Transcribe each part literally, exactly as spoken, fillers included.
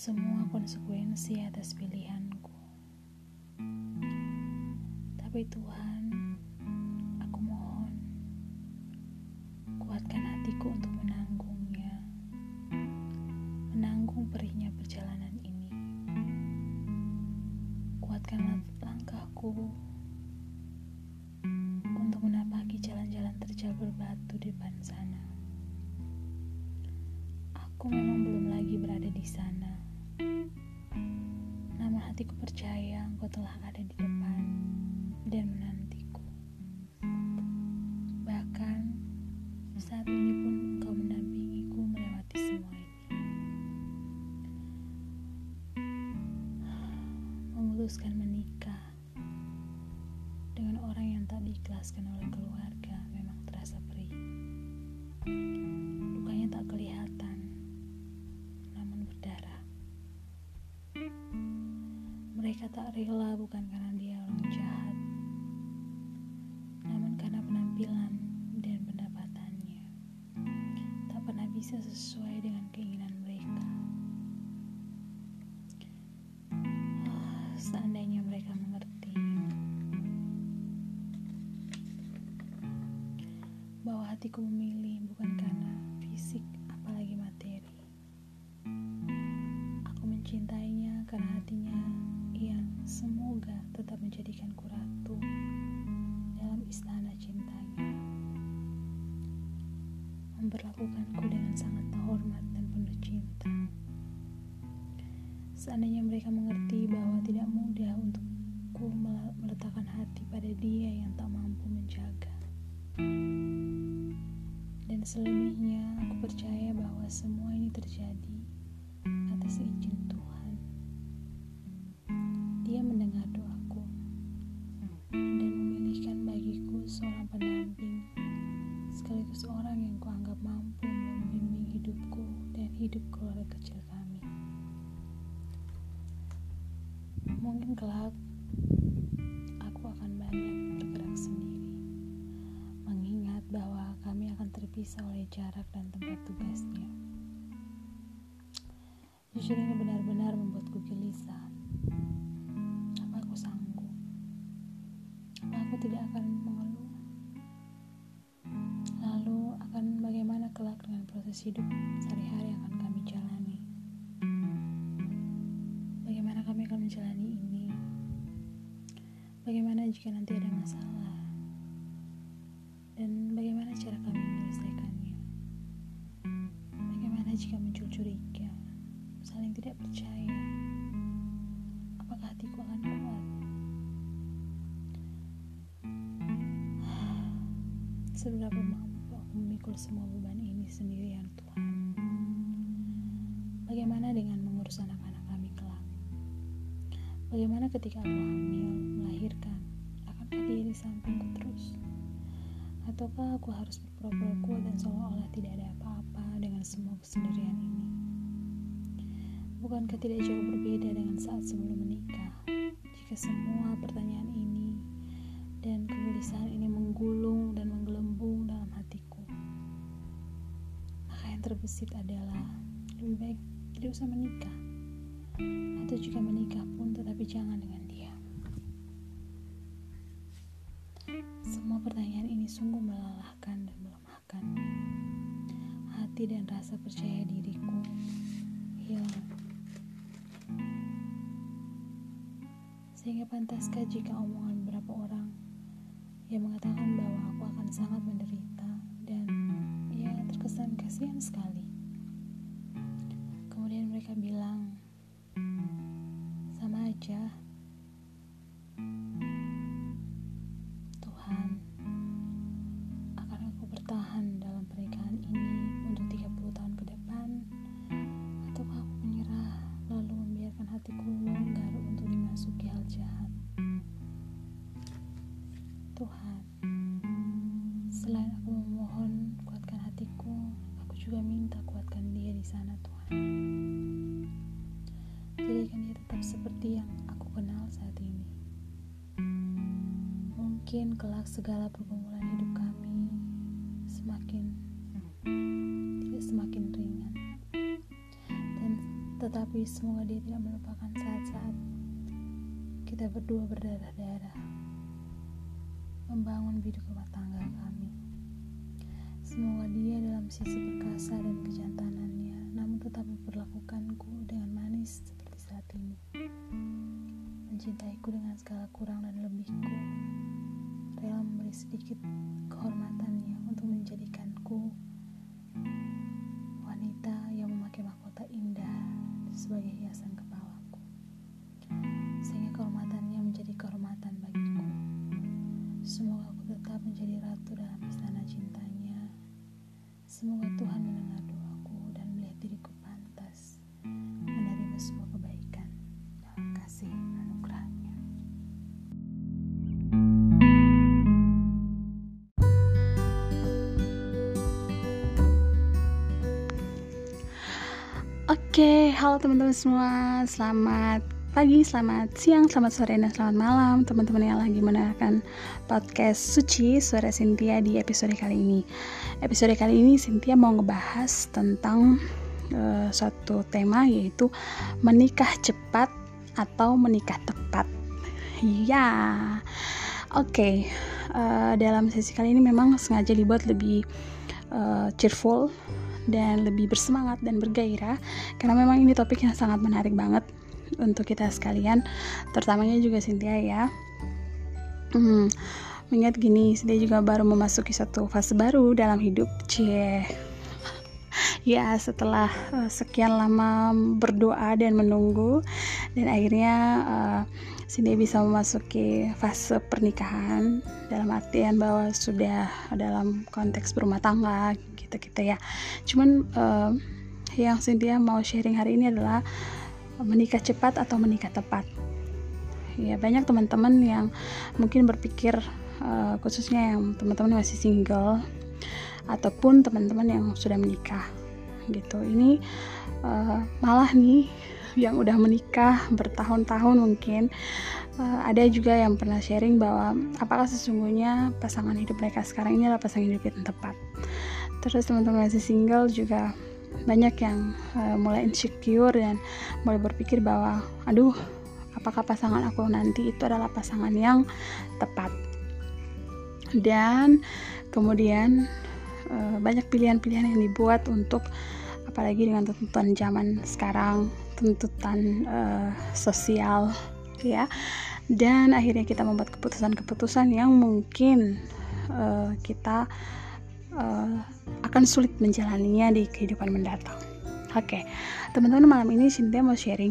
semua konsekuensi atas pilihanku. Tapi Tuhan, aku mohon, kuatkan hatiku untuk menanggungnya, menanggung perihnya perjalanan ini. Kuatkan langkahku untuk menapaki jalan-jalan terjal berbatu di depan sana. Aku memang belum lagi berada di sana, namun hatiku percaya engkau telah ada di depan dan menantiku. Bahkan saat ini pun engkau mendampingiku melewati semua ini. Memutuskan menikah dengan orang yang tak diikhlaskan oleh keluarga memang terasa perih. Lukanya tak kelihatan, namun berdarah. Mereka tak rela bukan karena dia orang jahat, namun karena penampilan dan pendapatannya tak pernah bisa sesuai dengan keinginan mereka. Oh, seandainya mereka mengerti bahwa hatiku memilih bukan karena fisik apalagi materi. Aku mencintainya karena hatinya yang semoga tetap menjadikanku ratu dalam istana cintanya, memperlakukanku dengan sangat hormat dan penuh cinta. Seandainya mereka mengerti bahwa tidak mudah untukku meletakkan hati pada dia yang tak mampu menjaga. Dan selebihnya aku percaya bahwa semua ini terjadi atas izin Tuhan. Dia mendengar doaku dan memilihkan bagiku seorang pendamping, sekaligus orang yang kuanggap mampu membimbing hidupku dan hidup keluarga kecil kami. Mungkin kelak aku akan banyak bergerak sendiri, mengingat bahwa kami akan terpisah oleh jarak dan tempat tugasnya. Jujur ini benar-benar membuatku gelisah. Apa aku sanggup? Apa aku tidak akan mengeluh? Lalu akan bagaimana kelak dengan proses hidup sehari-hari yang akan kami jalani? Bagaimana kami akan menjalani ini? Bagaimana jika nanti ada masalah? Dan bagaimana cara kami menyelesaikannya? Bagaimana jika muncul curiga, saling tidak percaya? Apakah hatiku akan kuat? Seberapa mampu aku memikul semua beban ini sendirian, Tuhan? Bagaimana dengan mengurus anak-anak kami kelak? Bagaimana ketika aku hamil, melahirkan? Akankah dia di sampingku terus? Ataukah aku harus berpura-pura kuat dan seolah-olah tidak ada apa-apa dengan semua kesendirian ini? Bukankah tidak jauh berbeda dengan saat sebelum menikah? Jika semua pertanyaan ini dan kegelisahan ini menggulung dan menggelembung dalam hatiku, maka yang terbesit adalah lebih baik tidak usah menikah, atau jika menikah pun tetapi jangan dengan dia. Semua pertanyaan ini sungguh melelahkan dan melemahkan. Hati dan rasa percaya diriku hilang. Sehingga pantaskah jika omongan beberapa orang yang mengatakan bahwa aku akan sangat menderita dan ya terkesan kasihan sekali. Kemudian mereka bilang, sama aja. Tuhan, akan aku bertahan dalam pernikahan ini untuk tiga puluh tahun ke depan, ataukah aku menyerah lalu membiarkan hatiku longgar untuk dimasuki hal jahat? Tuhan, selain aku memohon kuatkan hatiku, aku juga minta kuatkan dia di sana, Tuhan. Jadikan dia tetap seperti yang aku kenal saat ini. Mungkin kelak segala pergumulan hidup kami semakin tidak semakin ringan, dan tetapi semoga dia tidak melupakan saat-saat kita berdua berdarah-darah membangun biduk rumah tangga kami. Semoga dia dalam sisi perkasa dan kejantanannya, namun tetap memperlakukanku dengan manis seperti saat ini. Mencintaiku dengan segala kurang dan lebihku, rela memberi sedikit kehormatannya untuk menjadikanku wanita yang memakai mahkota indah sebagai hiasan kepalaku, sehingga kehormatannya menjadi kehormatan bagiku. Semoga aku tetap menjadi ratu dalam istana cintanya. Semoga Tuhan mendengar doaku dan melihat diriku pantas menerima semua kebaikan dalam kasih anugerahnya. Oke, halo teman-teman semua, selamat pagi, selamat siang, selamat sore, dan selamat malam teman-teman yang lagi mendengarkan podcast Suci Suara Cynthia di episode kali ini. Episode kali ini Cynthia mau ngebahas tentang uh, suatu tema, yaitu menikah cepat atau menikah tepat. Ya, oke. Okay. Uh, dalam sesi kali ini memang sengaja dibuat lebih uh, cheerful dan lebih bersemangat dan bergairah, karena memang ini topik yang sangat menarik banget untuk kita sekalian, terutamanya juga Cynthia ya. Hmm, mengingat gini, Cynthia juga baru memasuki satu fase baru dalam hidup, cie. Ya, setelah uh, sekian lama berdoa dan menunggu, dan akhirnya uh, Cynthia bisa memasuki fase pernikahan, dalam artian bahwa sudah dalam konteks berumah tangga gitu-gitu ya. Cuman uh, yang Cynthia mau sharing hari ini adalah menikah cepat atau menikah tepat. Ya, banyak teman-teman yang mungkin berpikir, uh, khususnya yang teman-teman masih single ataupun teman-teman yang sudah menikah gitu. Ini uh, malah nih yang udah menikah bertahun-tahun mungkin, uh, ada juga yang pernah sharing bahwa apakah sesungguhnya pasangan hidup mereka sekarang ini adalah pasangan hidup yang tepat. Terus teman-teman masih single juga banyak yang uh, mulai insecure dan mulai berpikir bahwa aduh, apakah pasangan aku nanti itu adalah pasangan yang tepat. Dan kemudian uh, banyak pilihan-pilihan yang dibuat untuk, apalagi dengan tuntutan zaman sekarang, tuntutan uh, sosial ya, dan akhirnya kita membuat keputusan-keputusan yang mungkin uh, kita Uh, akan sulit menjalaninya di kehidupan mendatang. Oke, okay. Teman-teman, malam ini Cynthia mau sharing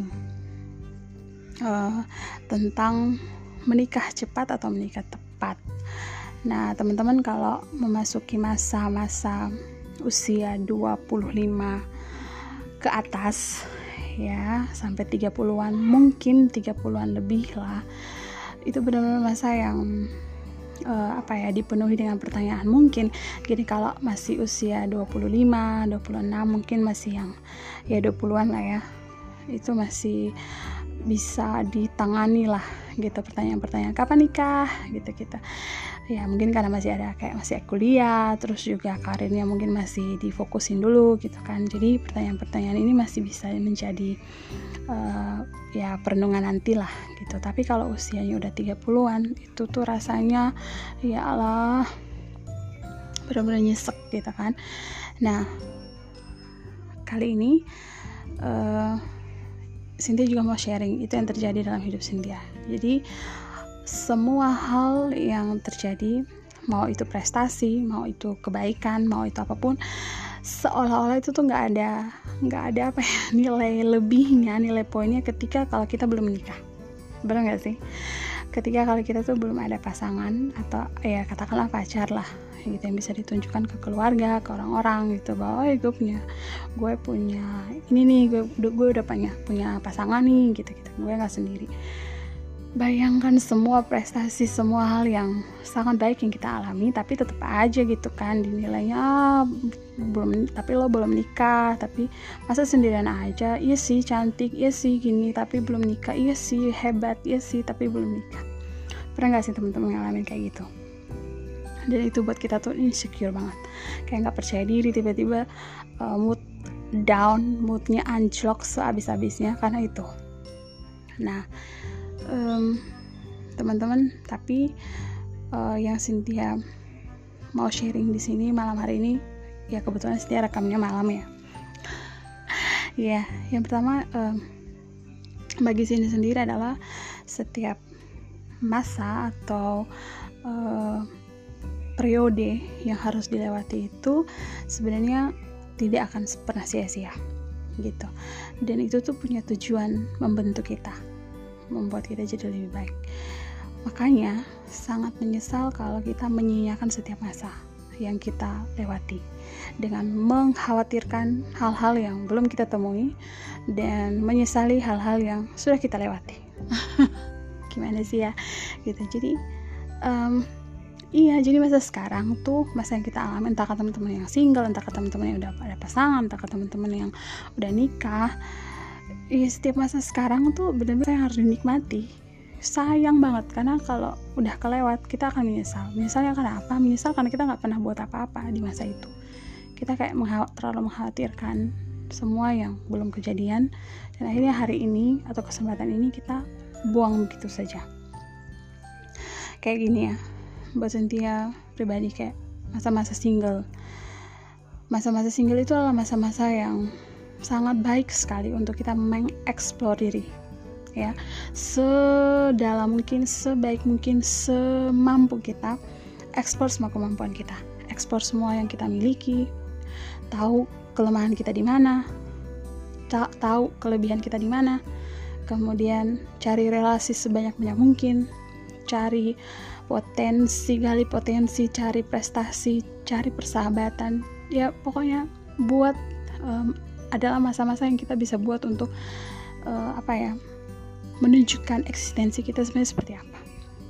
uh, tentang menikah cepat atau menikah tepat. Nah, teman-teman kalau memasuki masa-masa usia dua puluh lima ke atas ya, sampai tiga puluhan, mungkin tiga puluhan lebih lah, itu benar-benar masa yang Uh, apa ya, dipenuhi dengan pertanyaan. Mungkin gini, kalau masih usia dua puluh lima, dua puluh enam, mungkin masih yang ya dua puluhan lah ya, itu masih bisa ditangani lah gitu, pertanyaan-pertanyaan kapan nikah gitu kita ya, mungkin karena masih ada kayak masih kuliah, terus juga karirnya mungkin masih difokusin dulu gitu kan. Jadi pertanyaan-pertanyaan ini masih bisa menjadi uh, ya perenungan nanti lah gitu. Tapi kalau usianya udah tiga puluhan, itu tuh rasanya ya Allah benar-benar nyesek gitu kan. Nah, kali ini uh, Cynthia juga mau sharing itu yang terjadi dalam hidup Cynthia. Jadi semua hal yang terjadi, mau itu prestasi, mau itu kebaikan, mau itu apapun, seolah-olah itu tuh nggak ada nggak ada apa ya, nilai lebihnya, nilai poinnya ketika kalau kita belum menikah. Benar nggak sih? Ketika kalau kita tuh belum ada pasangan atau ya katakanlah pacar lah gitu, yang bisa ditunjukkan ke keluarga, ke orang-orang gitu, bahwa oh, gue punya gue punya ini nih, gue gue udah punya punya pasangan nih gitu gitu, gue nggak sendiri. Bayangkan semua prestasi, semua hal yang sangat baik yang kita alami, tapi tetap aja gitu kan dinilainya ah, belum, tapi lo belum nikah, tapi masa sendirian aja, iya sih cantik, iya sih gini, tapi belum nikah, iya sih hebat, iya sih tapi belum nikah. Pernah gak sih teman-teman ngalamin kayak gitu? Dan itu buat kita tuh insecure banget, kayak nggak percaya diri, tiba-tiba uh, mood down, moodnya anjlok sehabis-habisnya karena itu. Nah, um, teman-teman, tapi uh, yang Cynthia mau sharing di sini malam hari ini, ya kebetulan Cynthia rekamnya malam ya. Ya, yang pertama um, bagi Cynthia sendiri adalah setiap masa atau uh, periode yang harus dilewati itu sebenarnya tidak akan pernah sia-sia gitu, dan itu tuh punya tujuan membentuk kita, membuat kita jadi lebih baik. Makanya sangat menyesal kalau kita menyia-nyiakan setiap masa yang kita lewati dengan mengkhawatirkan hal-hal yang belum kita temui dan menyesali hal-hal yang sudah kita lewati. Gimana sih ya gitu. Jadi um, iya, jadi masa sekarang tuh masa yang kita alami, entah ke teman-teman yang single, entah ke teman-teman yang udah ada pasangan, entah ke teman-teman yang udah nikah. Iya, setiap masa sekarang tuh benar-benar yang harus dinikmati. Sayang banget karena kalau udah kelewat kita akan menyesal. Menyesalnya karena apa? Menyesal karena kita nggak pernah buat apa-apa di masa itu. Kita kayak mengkhaw- terlalu mengkhawatirkan semua yang belum kejadian, dan akhirnya hari ini atau kesempatan ini kita buang begitu saja. Kayak gini ya, buat Cynthia pribadi, kayak masa-masa single. Masa-masa single itu adalah masa-masa yang sangat baik sekali untuk kita mengeksplor diri, ya, sedalam mungkin, sebaik mungkin, semampu kita eksplor semua kemampuan kita, eksplor semua yang kita miliki, tahu kelemahan kita di mana, ta- tahu kelebihan kita di mana, kemudian cari relasi sebanyak-banyak mungkin, cari potensi, gali potensi, cari prestasi, cari persahabatan, ya pokoknya buat um, adalah masa-masa yang kita bisa buat untuk uh, apa ya, menunjukkan eksistensi kita sebenarnya seperti apa.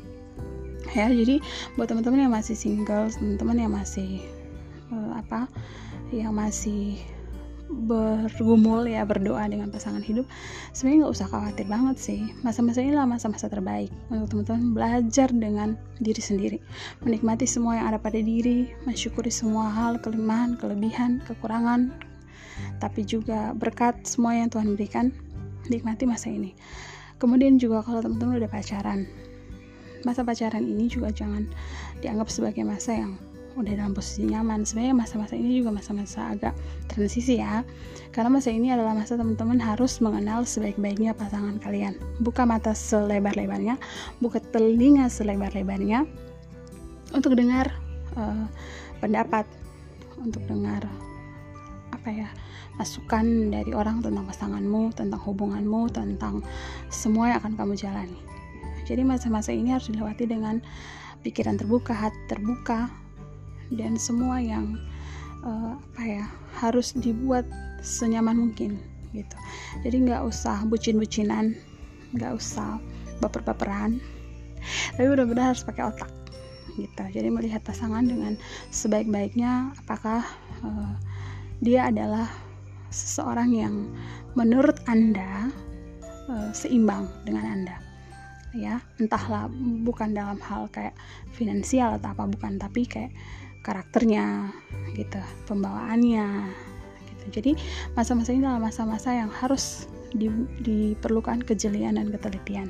Ya, jadi buat teman-teman yang masih single, teman-teman yang masih uh, apa, yang masih bergumul ya, berdoa dengan pasangan hidup, sebenarnya nggak usah khawatir banget sih. Masa-masa inilah masa-masa terbaik untuk teman-teman belajar dengan diri sendiri, menikmati semua yang ada pada diri, mensyukuri semua hal, kelemahan, kelebihan, kekurangan, tapi juga berkat semua yang Tuhan berikan. Nikmati masa ini. Kemudian juga kalau teman-teman udah pacaran, masa pacaran ini juga jangan dianggap sebagai masa yang udah dalam posisi nyaman. Sebenarnya masa-masa ini juga masa-masa agak transisi ya, karena masa ini adalah masa teman-teman harus mengenal sebaik-baiknya pasangan kalian. Buka mata selebar-lebarnya, buka telinga selebar-lebarnya untuk dengar uh, pendapat, untuk dengar apa ya, masukan dari orang tentang pasanganmu, tentang hubunganmu, tentang semua yang akan kamu jalani. Jadi masa-masa ini harus dilewati dengan pikiran terbuka, hati terbuka, dan semua yang uh, apa ya, harus dibuat senyaman mungkin gitu. Jadi nggak usah bucin-bucinan, nggak usah baper-baperan, tapi benar-benar harus pakai otak gitu. Jadi melihat pasangan dengan sebaik-baiknya, apakah uh, dia adalah seseorang yang menurut Anda uh, seimbang dengan Anda, ya, entahlah bukan dalam hal kayak finansial atau apa, bukan, tapi kayak karakternya gitu, pembawaannya gitu. Jadi masa-masa ini adalah masa-masa yang harus di, diperlukan kejelian dan ketelitian.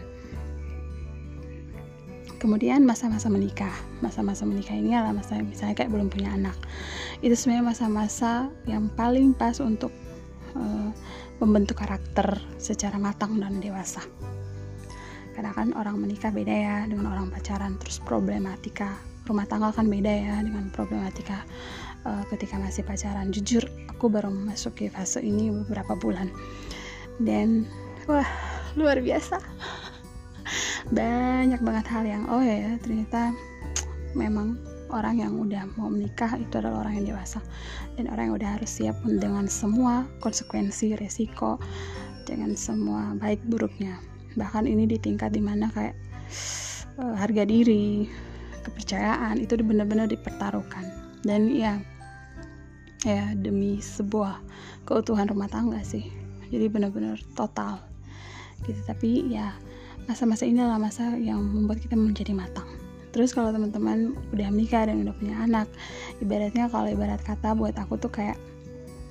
Kemudian masa-masa menikah. Masa-masa menikah ini adalah masa misalnya kayak belum punya anak. Itu sebenarnya masa-masa yang paling pas untuk uh, membentuk karakter secara matang dan dewasa. Karena kan orang menikah beda ya dengan orang pacaran, terus problematika rumah tangga kan beda ya dengan problematika uh, ketika masih pacaran. Jujur aku baru memasuki fase ini beberapa bulan, dan wah luar biasa. Banyak banget hal yang oh ya ternyata memang orang yang udah mau menikah itu adalah orang yang dewasa, dan orang yang udah harus siap dengan semua konsekuensi, resiko, dengan semua baik buruknya. Bahkan ini di tingkat dimana kayak uh, harga diri, kepercayaan itu benar-benar dipertaruhkan. Dan ya ya demi sebuah keutuhan rumah tangga sih, jadi benar-benar total gitu. Tapi ya masa-masa ini adalah masa yang membuat kita menjadi matang. Terus kalau teman-teman udah menikah dan udah punya anak, ibaratnya kalau ibarat kata buat aku tuh kayak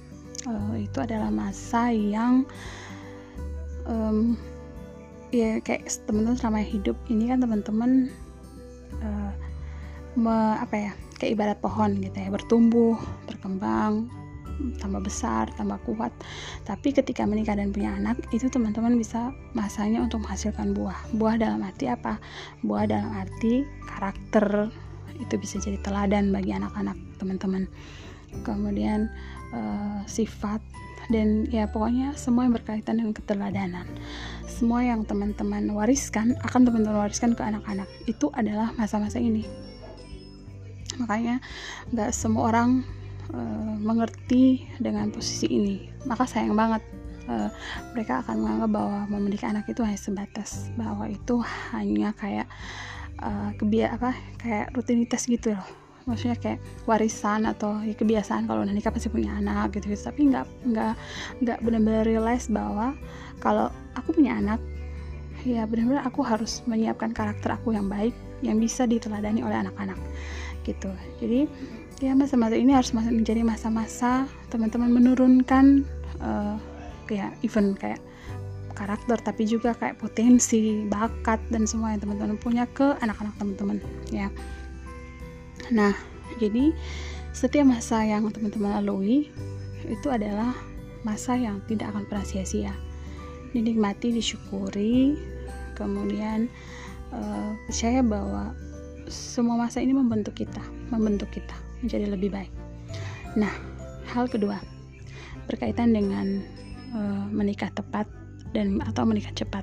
uh, itu adalah masa yang um, ya kayak teman-teman selama hidup ini kan teman-teman uh, me, apa ya kayak ibarat pohon gitu ya, bertumbuh, berkembang, tambah besar, tambah kuat. Tapi ketika menikah dan punya anak, itu teman-teman bisa masanya untuk menghasilkan buah. Buah dalam arti apa? Buah dalam arti karakter, itu bisa jadi teladan bagi anak-anak teman-teman. Kemudian uh, sifat, dan ya pokoknya semua yang berkaitan dengan keteladanan. Semua yang teman-teman wariskan, akan teman-teman wariskan ke anak-anak. Itu adalah masa-masa ini. Makanya gak semua orang uh, mengerti dengan posisi ini. Maka sayang banget uh, mereka akan menganggap bahwa memiliki anak itu hanya sebatas, bahwa itu hanya kayak uh, kebia apa kayak rutinitas gitu loh. Maksudnya kayak warisan atau ya kebiasaan, kalau udah nikah pasti punya anak gitu, gitu. Tapi nggak nggak nggak benar-benar realize bahwa kalau aku punya anak, ya benar-benar aku harus menyiapkan karakter aku yang baik, yang bisa diteladani oleh anak-anak gitu. Jadi ya masa-masa ini harus menjadi masa-masa teman-teman menurunkan uh, ya event kayak karakter, tapi juga kayak potensi, bakat, dan semua yang teman-teman punya ke anak-anak teman-teman ya. Nah, jadi setiap masa yang teman-teman lalui itu adalah masa yang tidak akan pernah sia-sia. Dinikmati, disyukuri, kemudian uh, percaya bahwa semua masa ini membentuk kita, membentuk kita menjadi lebih baik. Nah, hal kedua berkaitan dengan uh, menikah tepat dan atau menikah cepat.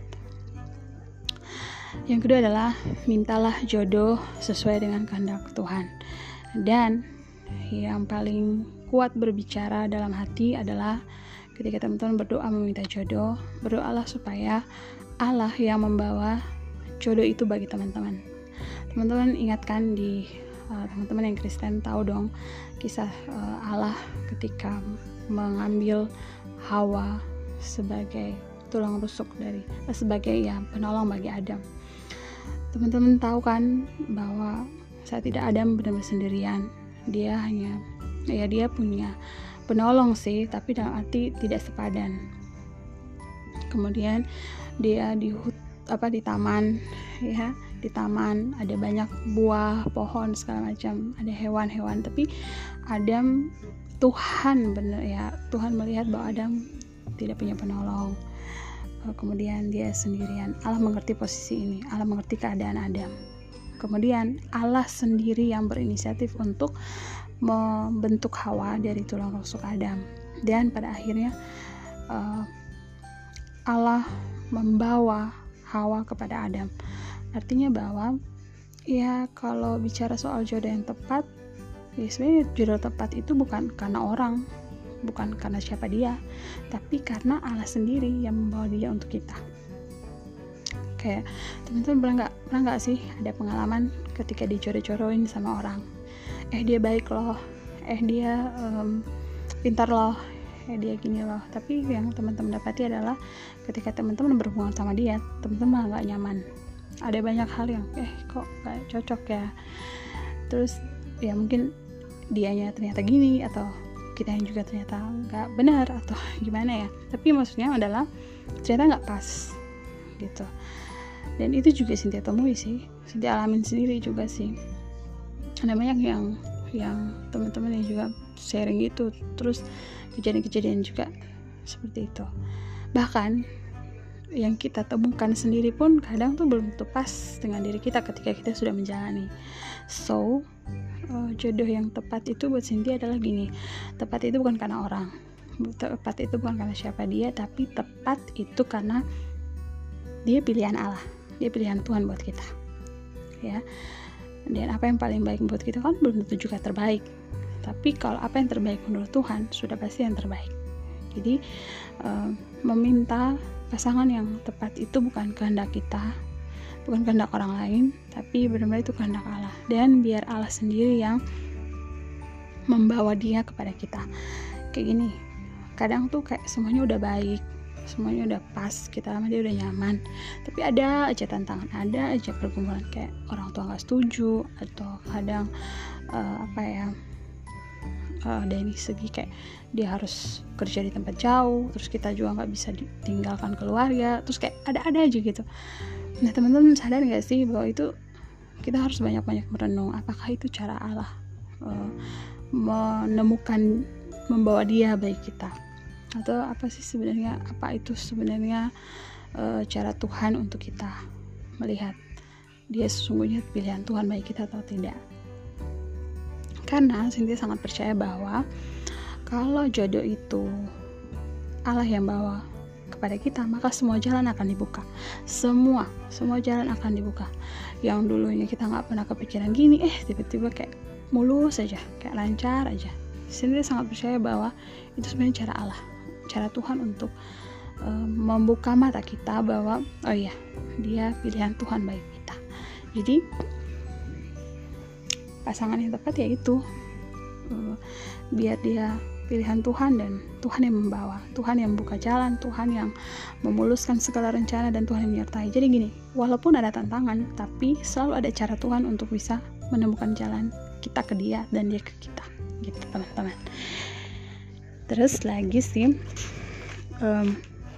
Yang kedua adalah mintalah jodoh sesuai dengan kehendak Tuhan. Dan yang paling kuat berbicara dalam hati adalah ketika teman-teman berdoa meminta jodoh, berdoalah supaya Allah yang membawa jodoh itu bagi teman-teman. Teman-teman ingatkan di uh, teman-teman yang Kristen tahu dong kisah uh, Allah ketika mengambil Hawa sebagai tulang rusuk dari uh, sebagai ya penolong bagi Adam. Teman-teman tahu kan bahwa saat tidak Adam benar-benar sendirian, dia hanya ya dia punya penolong sih, tapi dalam arti tidak sepadan. Kemudian dia di apa di taman ya di taman ada banyak buah, pohon segala macam, ada hewan-hewan, tapi Adam Tuhan benar ya Tuhan melihat bahwa Adam tidak punya penolong. Kemudian dia sendirian. Allah mengerti posisi ini, Allah mengerti keadaan Adam. Kemudian Allah sendiri yang berinisiatif untuk membentuk Hawa dari tulang rusuk Adam, dan pada akhirnya uh, Allah membawa Hawa kepada Adam. Artinya bahwa ya kalau bicara soal jodoh yang tepat, ya sebenarnya jodoh tepat itu bukan karena orang, bukan karena siapa dia, tapi karena Allah sendiri yang membawa dia untuk kita. Kayak teman-teman pernah nggak pernah nggak sih ada pengalaman ketika dijodoh-jodohin sama orang, eh dia baik loh, eh dia um, pintar loh, eh dia gini loh, tapi yang teman-teman dapati adalah ketika teman-teman berhubungan sama dia, teman-teman malah nggak nyaman. Ada banyak hal yang eh kok nggak cocok ya, terus ya mungkin dianya ternyata gini, atau kita yang juga ternyata nggak benar, atau gimana ya, tapi maksudnya adalah ternyata nggak pas gitu. Dan itu juga Cynthia temui sih, Cynthia alamin sendiri juga sih. Ada banyak yang yang teman-teman yang juga sharing gitu, terus kejadian-kejadian juga seperti itu. Bahkan yang kita temukan sendiri pun kadang tuh belum tentu pas dengan diri kita ketika kita sudah menjalani. So uh, jodoh yang tepat itu buat Cynthia adalah gini, tepat itu bukan karena orang, tepat itu bukan karena siapa dia, tapi tepat itu karena dia pilihan Allah, dia pilihan Tuhan buat kita ya. Dan apa yang paling baik buat kita kan belum tentu juga terbaik, tapi kalau apa yang terbaik menurut Tuhan sudah pasti yang terbaik. Jadi uh, meminta pasangan yang tepat itu bukan kehendak kita, bukan kehendak orang lain, tapi benar-benar itu kehendak Allah, dan biar Allah sendiri yang membawa dia kepada kita. Kayak gini, kadang tuh kayak semuanya udah baik, semuanya udah pas, kita sama dia udah nyaman, tapi ada aja tantangan, ada aja pergumulan, kayak orang tua nggak setuju, atau kadang uh, apa ya uh, dari segi kayak dia harus kerja di tempat jauh, terus kita juga nggak bisa ditinggalkan keluarga, terus kayak ada-ada aja gitu. Nah teman-teman sadar nggak sih bahwa itu kita harus banyak-banyak merenung, apakah itu cara Allah uh, menemukan, membawa dia bagi kita, atau apa sih sebenarnya, apa itu sebenarnya uh, cara Tuhan untuk kita melihat dia sesungguhnya pilihan Tuhan bagi kita atau tidak. Karena Cynthia sangat percaya bahwa kalau jodoh itu Allah yang bawa kepada kita, maka semua jalan akan dibuka. Semua, semua jalan akan dibuka. Yang dulunya kita nggak pernah kepikiran gini, eh tiba-tiba kayak mulus aja, kayak lancar aja. Cynthia sangat percaya bahwa itu sebenarnya cara Allah, cara Tuhan untuk uh, membuka mata kita bahwa oh iya, dia pilihan Tuhan bagi kita. Jadi pasangan yang tepat yaitu uh, biar dia pilihan Tuhan dan Tuhan yang membawa, Tuhan yang membuka jalan, Tuhan yang memuluskan segala rencana, dan Tuhan yang menyertai. Jadi gini, walaupun ada tantangan, tapi selalu ada cara Tuhan untuk bisa menemukan jalan kita ke dia dan dia ke kita, gitu teman-teman. Terus lagi sih um,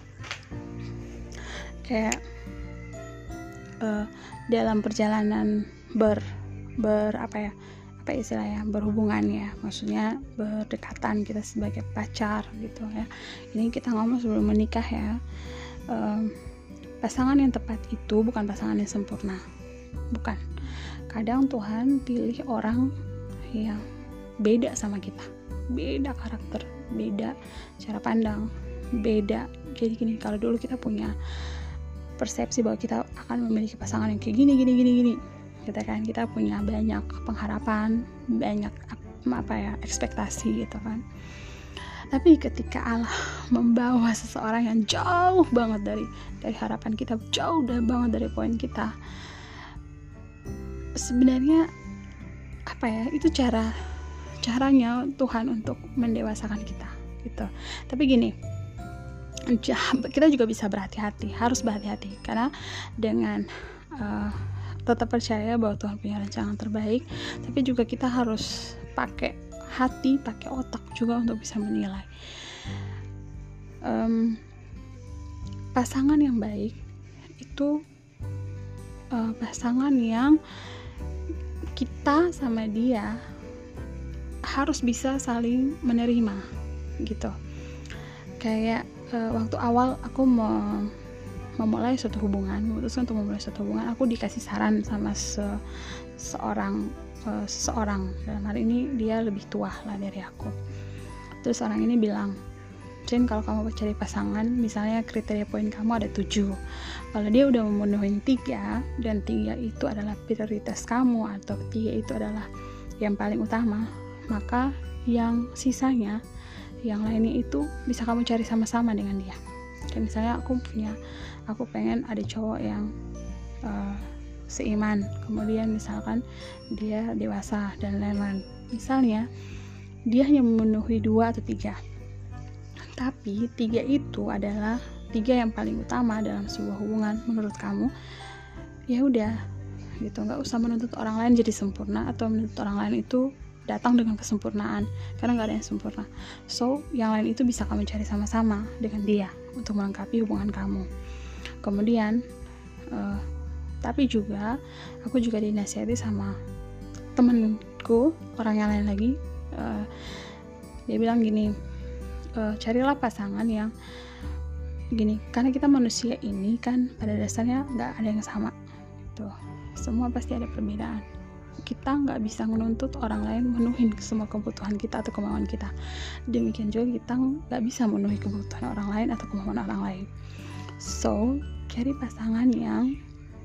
kayak uh, dalam perjalanan ber ber apa ya apa istilahnya berhubungan ya, maksudnya berdekatan kita sebagai pacar gitu ya. Ini kita ngomong sebelum menikah ya. Um, pasangan yang tepat itu bukan pasangan yang sempurna, bukan. Kadang Tuhan pilih orang yang beda sama kita, beda karakter, beda cara pandang, beda. Jadi gini, kalau dulu kita punya persepsi bahwa kita akan memiliki pasangan yang kayak gini gini gini gini kita kan, kita punya banyak pengharapan, banyak apa ya ekspektasi gitu kan. Tapi ketika Allah membawa seseorang yang jauh banget dari dari harapan kita, jauh banget dari poin kita, sebenarnya apa ya, itu cara caranya Tuhan untuk mendewasakan kita gitu. Tapi gini, kita juga bisa berhati-hati, harus berhati-hati, karena dengan uh, tetap percaya bahwa Tuhan punya rencana terbaik, tapi juga kita harus pakai hati, pakai otak juga untuk bisa menilai. Um, pasangan yang baik itu uh, pasangan yang kita sama dia harus bisa saling menerima gitu. Kayak uh, waktu awal aku mau memulai suatu hubungan, memutuskan untuk memulai suatu hubungan, aku dikasih saran sama se- seorang uh, seseorang, dalam hal ini dia lebih tua lah dari aku. Terus orang ini bilang, Jen, kalau kamu cari pasangan, misalnya kriteria poin kamu ada tujuh, kalau dia udah memenuhi tiga, dan tiga itu adalah prioritas kamu, atau tiga itu adalah yang paling utama, maka yang sisanya, yang lainnya itu bisa kamu cari sama-sama dengan dia. Kayak misalnya aku punya, aku pengen ada cowok yang uh, seiman, kemudian misalkan dia dewasa dan lain-lain. Misalnya dia hanya memenuhi dua atau tiga, tapi tiga itu adalah tiga yang paling utama dalam sebuah hubungan menurut kamu. Ya udah, gitu, nggak usah menuntut orang lain jadi sempurna, atau menuntut orang lain itu datang dengan kesempurnaan, karena nggak ada yang sempurna. So yang lain itu bisa kamu cari sama-sama dengan dia untuk melengkapi hubungan kamu. Kemudian uh, tapi juga aku juga dinasihati sama temenku, orang yang lain lagi, uh, dia bilang gini, uh, carilah pasangan yang gini, karena kita manusia ini kan pada dasarnya nggak ada yang sama tuh, semua pasti ada perbedaan. Kita nggak bisa menuntut orang lain memenuhi semua kebutuhan kita atau kemauan kita. Demikian juga kita nggak bisa memenuhi kebutuhan orang lain atau kemauan orang lain. So, cari pasangan yang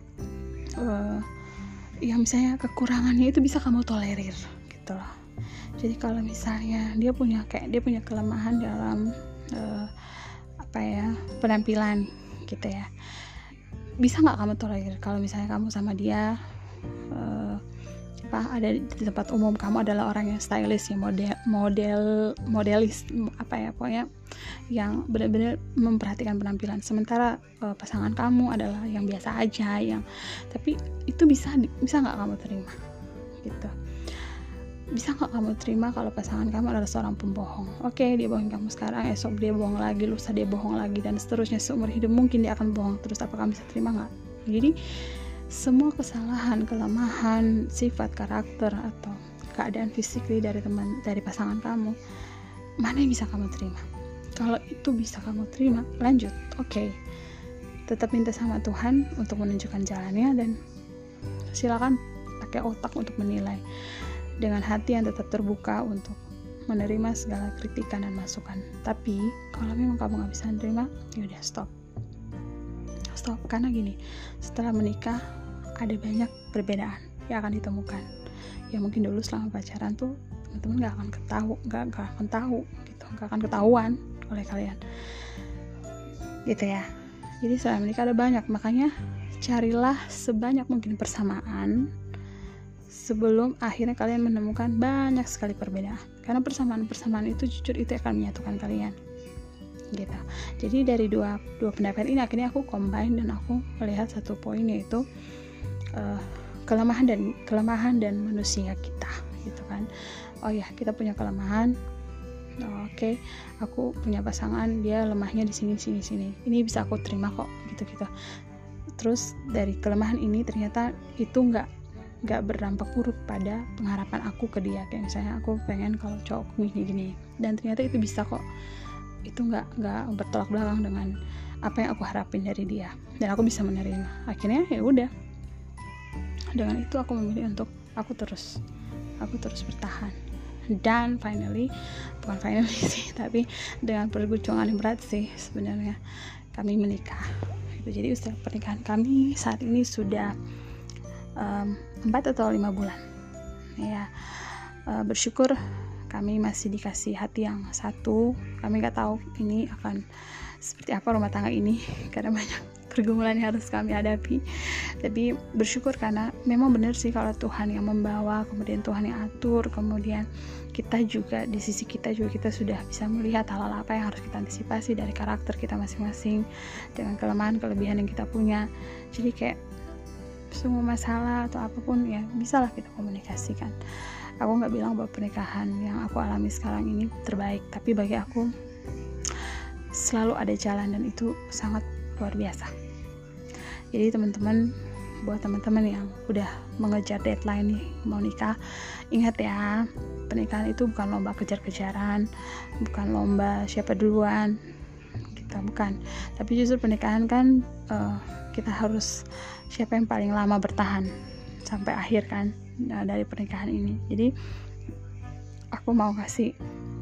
uh, yang misalnya kekurangannya itu bisa kamu tolerir, gitu loh. Jadi kalau misalnya dia punya kayak dia punya kelemahan dalam uh, apa ya penampilan, gitu ya, bisa nggak kamu tolerir kalau misalnya kamu sama dia uh, apa ada di tempat umum, kamu adalah orang yang stylish, yang model model modelis apa ya pokoknya yang benar-benar memperhatikan penampilan, sementara uh, pasangan kamu adalah yang biasa aja, yang tapi itu bisa bisa nggak kamu terima gitu. bisa nggak kamu terima kalau pasangan kamu adalah seorang pembohong? Oke, okay, dia bohong kamu sekarang, esok dia bohong lagi, lusa dia bohong lagi, dan seterusnya seumur hidup mungkin dia akan bohong terus. Apa kamu bisa terima nggak? Jadi semua kesalahan, kelemahan, sifat, karakter atau keadaan fisik dari teman, dari pasangan kamu, mana yang bisa kamu terima? Kalau itu bisa kamu terima, lanjut, oke. Okay. Tetap minta sama Tuhan untuk menunjukkan jalannya, dan silakan pakai otak untuk menilai dengan hati yang tetap terbuka untuk menerima segala kritikan dan masukan. Tapi kalau memang kamu nggak bisa menerima, ya udah stop, stop. Karena gini, setelah menikah ada banyak perbedaan yang akan ditemukan. Ya mungkin dulu selama pacaran tuh teman-teman nggak akan ketahu, nggak nggak akan tahu, gitu, nggak akan ketahuan oleh kalian, gitu ya. Jadi setelah menikah ada banyak, makanya carilah sebanyak mungkin persamaan sebelum akhirnya kalian menemukan banyak sekali perbedaan. Karena persamaan-persamaan itu jujur itu akan menyatukan kalian, gitu. Jadi dari dua dua pendapat ini akhirnya aku combine dan aku melihat satu poin, yaitu uh, kelemahan dan kelemahan dan manusia kita, gitu kan. Oh ya, kita punya kelemahan. Oh, oke, okay. Aku punya pasangan, dia lemahnya di sini sini sini. Ini bisa aku terima kok, gitu-gitu. Terus dari kelemahan ini ternyata itu nggak nggak berdampak buruk pada pengharapan aku ke dia. Kayak misalnya aku pengen kalau cowokku gini-gini, dan ternyata itu bisa kok. Itu nggak nggak bertolak belakang dengan apa yang aku harapin dari dia, dan aku bisa menerima. Akhirnya ya udah. Dengan itu aku memilih untuk aku terus aku terus bertahan. Dan finally, bukan finally sih, tapi dengan perjuangan yang berat sih sebenarnya, kami menikah. Jadi usia pernikahan kami saat ini sudah um, empat atau lima bulan. Ya, uh, bersyukur kami masih dikasih hati yang satu. Kami nggak tahu ini akan seperti apa rumah tangga ini, karena banyak pergumulan yang harus kami hadapi. Tapi bersyukur karena memang benar sih kalau Tuhan yang membawa, kemudian Tuhan yang atur, kemudian kita juga di sisi kita juga kita sudah bisa melihat hal-hal apa yang harus kita antisipasi dari karakter kita masing-masing dengan kelemahan kelebihan yang kita punya. Jadi kayak semua masalah atau apapun ya bisalah kita komunikasikan. Aku nggak bilang bahwa pernikahan yang aku alami sekarang ini terbaik, tapi bagi aku selalu ada jalan, dan itu sangat luar biasa. Jadi teman-teman, buat teman-teman yang udah mengejar deadline nih mau nikah, ingat ya, pernikahan itu bukan lomba kejar-kejaran, bukan lomba siapa duluan, kita bukan. Tapi justru pernikahan kan uh, kita harus siapa yang paling lama bertahan sampai akhir kan, nah, dari pernikahan ini. Jadi aku mau kasih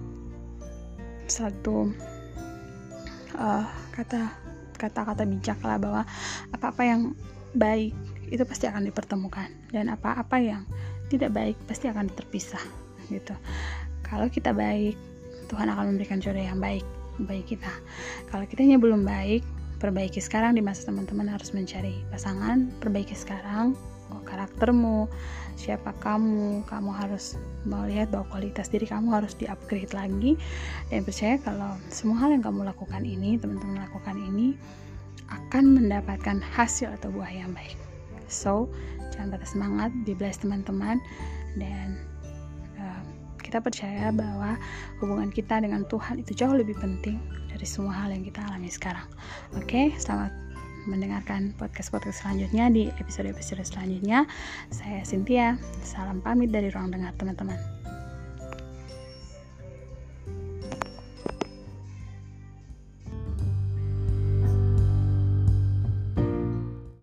satu uh, kata kata-kata bijak lah, bahwa apa-apa yang baik itu pasti akan dipertemukan, dan apa-apa yang tidak baik pasti akan terpisah, gitu. Kalau kita baik, Tuhan akan memberikan jodoh yang baik bagi kita. Kalau kitanya belum baik, perbaiki sekarang. Di masa teman-teman harus mencari pasangan, perbaiki sekarang. Oh, karaktermu, siapa kamu, kamu harus melihat bahwa kualitas diri kamu harus di-upgrade lagi, dan percaya kalau semua hal yang kamu lakukan ini, teman-teman lakukan ini akan mendapatkan hasil atau buah yang baik. So, jangan patah semangat, be blessed teman-teman, dan uh, kita percaya bahwa hubungan kita dengan Tuhan itu jauh lebih penting dari semua hal yang kita alami sekarang. Oke, okay? Selamat mendengarkan podcast-podcast selanjutnya di episode-episode selanjutnya. Saya Cynthia, salam pamit dari ruang dengar teman-teman.